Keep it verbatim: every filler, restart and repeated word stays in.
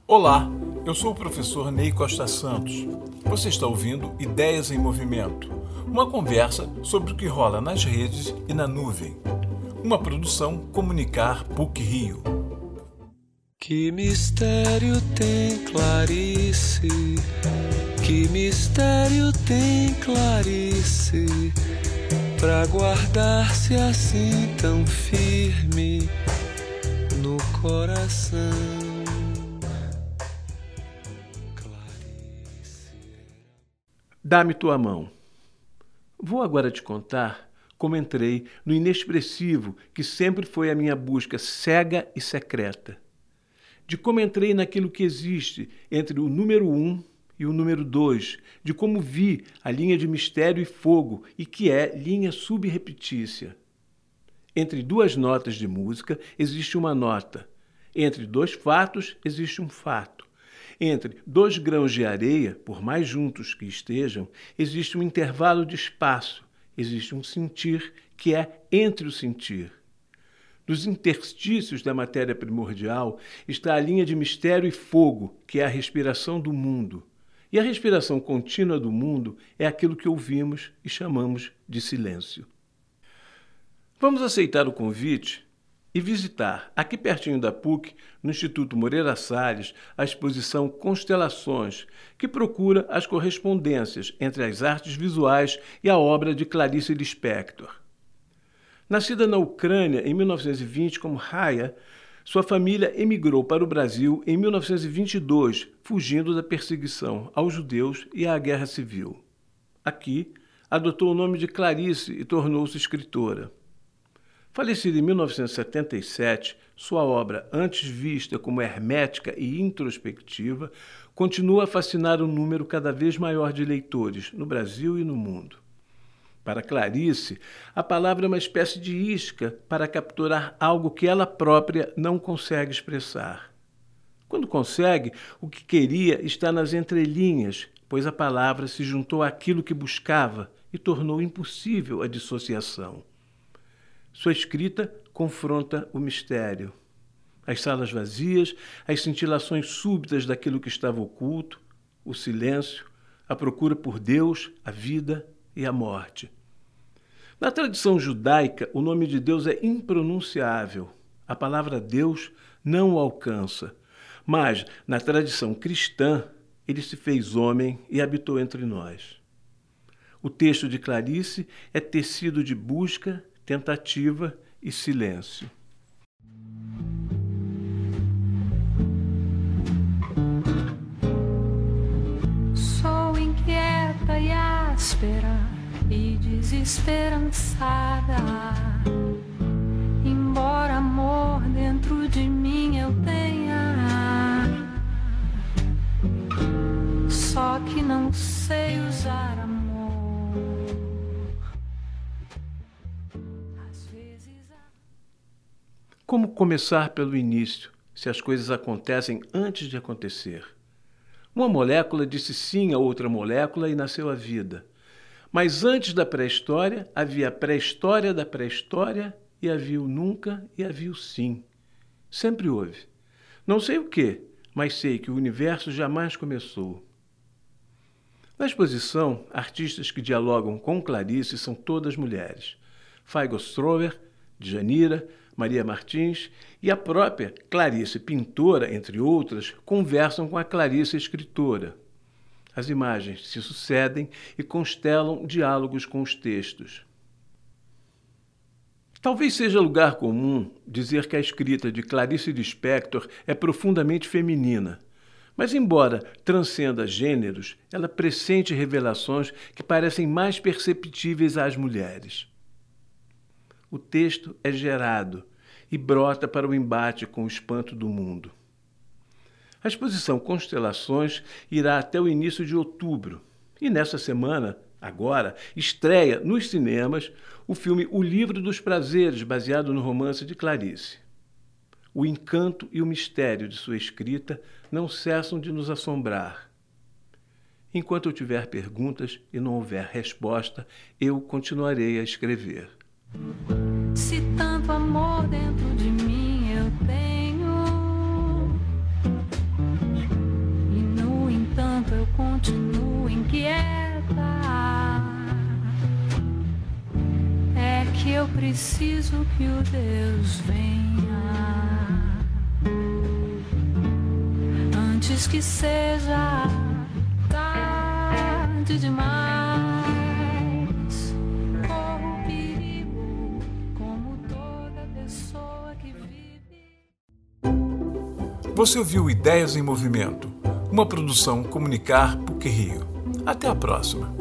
Olá, eu sou o professor Ney Costa Santos. Você está ouvindo Ideias em Movimento, uma conversa sobre o que rola nas redes e na nuvem. Uma produção Comunicar P U C Rio. Que mistério tem Clarice? Que mistério tem Clarice? Pra guardar-se assim tão firme no coração. Dá-me tua mão. Vou agora te contar como entrei no inexpressivo que sempre foi a minha busca cega e secreta. De como entrei naquilo que existe entre o número um e o número dois, de como vi a linha de mistério e fogo e que é linha subrepetícia. Entre duas notas de música existe uma nota. Entre dois fatos existe um fato. Entre dois grãos de areia, por mais juntos que estejam, existe um intervalo de espaço, existe um sentir que é entre o sentir. Nos interstícios da matéria primordial está a linha de mistério e fogo, que é a respiração do mundo. E a respiração contínua do mundo é aquilo que ouvimos e chamamos de silêncio. Vamos aceitar o convite e visitar, aqui pertinho da P U C, no Instituto Moreira Salles, a exposição Constelações, que procura as correspondências entre as artes visuais e a obra de Clarice Lispector. Nascida na Ucrânia em mil novecentos e vinte como Raya, sua família emigrou para o Brasil em mil novecentos e vinte e dois, fugindo da perseguição aos judeus e à Guerra Civil. Aqui, adotou o nome de Clarice e tornou-se escritora. Falecida em mil novecentos e setenta e sete, sua obra, antes vista como hermética e introspectiva, continua a fascinar um número cada vez maior de leitores no Brasil e no mundo. Para Clarice, a palavra é uma espécie de isca para capturar algo que ela própria não consegue expressar. Quando consegue, o que queria está nas entrelinhas, pois a palavra se juntou àquilo que buscava e tornou impossível a dissociação. Sua escrita confronta o mistério. As salas vazias, as cintilações súbitas daquilo que estava oculto, o silêncio, a procura por Deus, a vida e a morte. Na tradição judaica, o nome de Deus é impronunciável. A palavra Deus não o alcança. Mas, na tradição cristã, ele se fez homem e habitou entre nós. O texto de Clarice é tecido de busca, tentativa e silêncio. Sou inquieta e áspera e desesperançada. Embora amor dentro de mim eu tenha, só que não sei usar amor. Como começar pelo início, se as coisas acontecem antes de acontecer? Uma molécula disse sim a outra molécula e nasceu a vida. Mas antes da pré-história, havia a pré-história da pré-história e havia o nunca e havia o sim. Sempre houve. Não sei o quê, mas sei que o universo jamais começou. Na exposição, artistas que dialogam com Clarice são todas mulheres. Faigo Strover, Djanira, Maria Martins e a própria Clarice, pintora, entre outras, conversam com a Clarice, escritora. As imagens se sucedem e constelam diálogos com os textos. Talvez seja lugar comum dizer que a escrita de Clarice Lispector é profundamente feminina, mas embora transcenda gêneros, ela pressente revelações que parecem mais perceptíveis às mulheres. O texto é gerado e brota para o embate com o espanto do mundo. A exposição Constelações irá até o início de outubro e nessa semana, agora, estreia nos cinemas o filme O Livro dos Prazeres, baseado no romance de Clarice. O encanto e o mistério de sua escrita não cessam de nos assombrar. Enquanto eu tiver perguntas e não houver resposta, eu continuarei a escrever. Se tanto amor dentro de mim eu tenho, continuo inquieta. É que eu preciso que o Deus venha antes que seja tarde demais. Corro perigo como toda pessoa que vive. Você ouviu Ideias em Movimento, uma produção Comunicar P U C Rio. Até a próxima.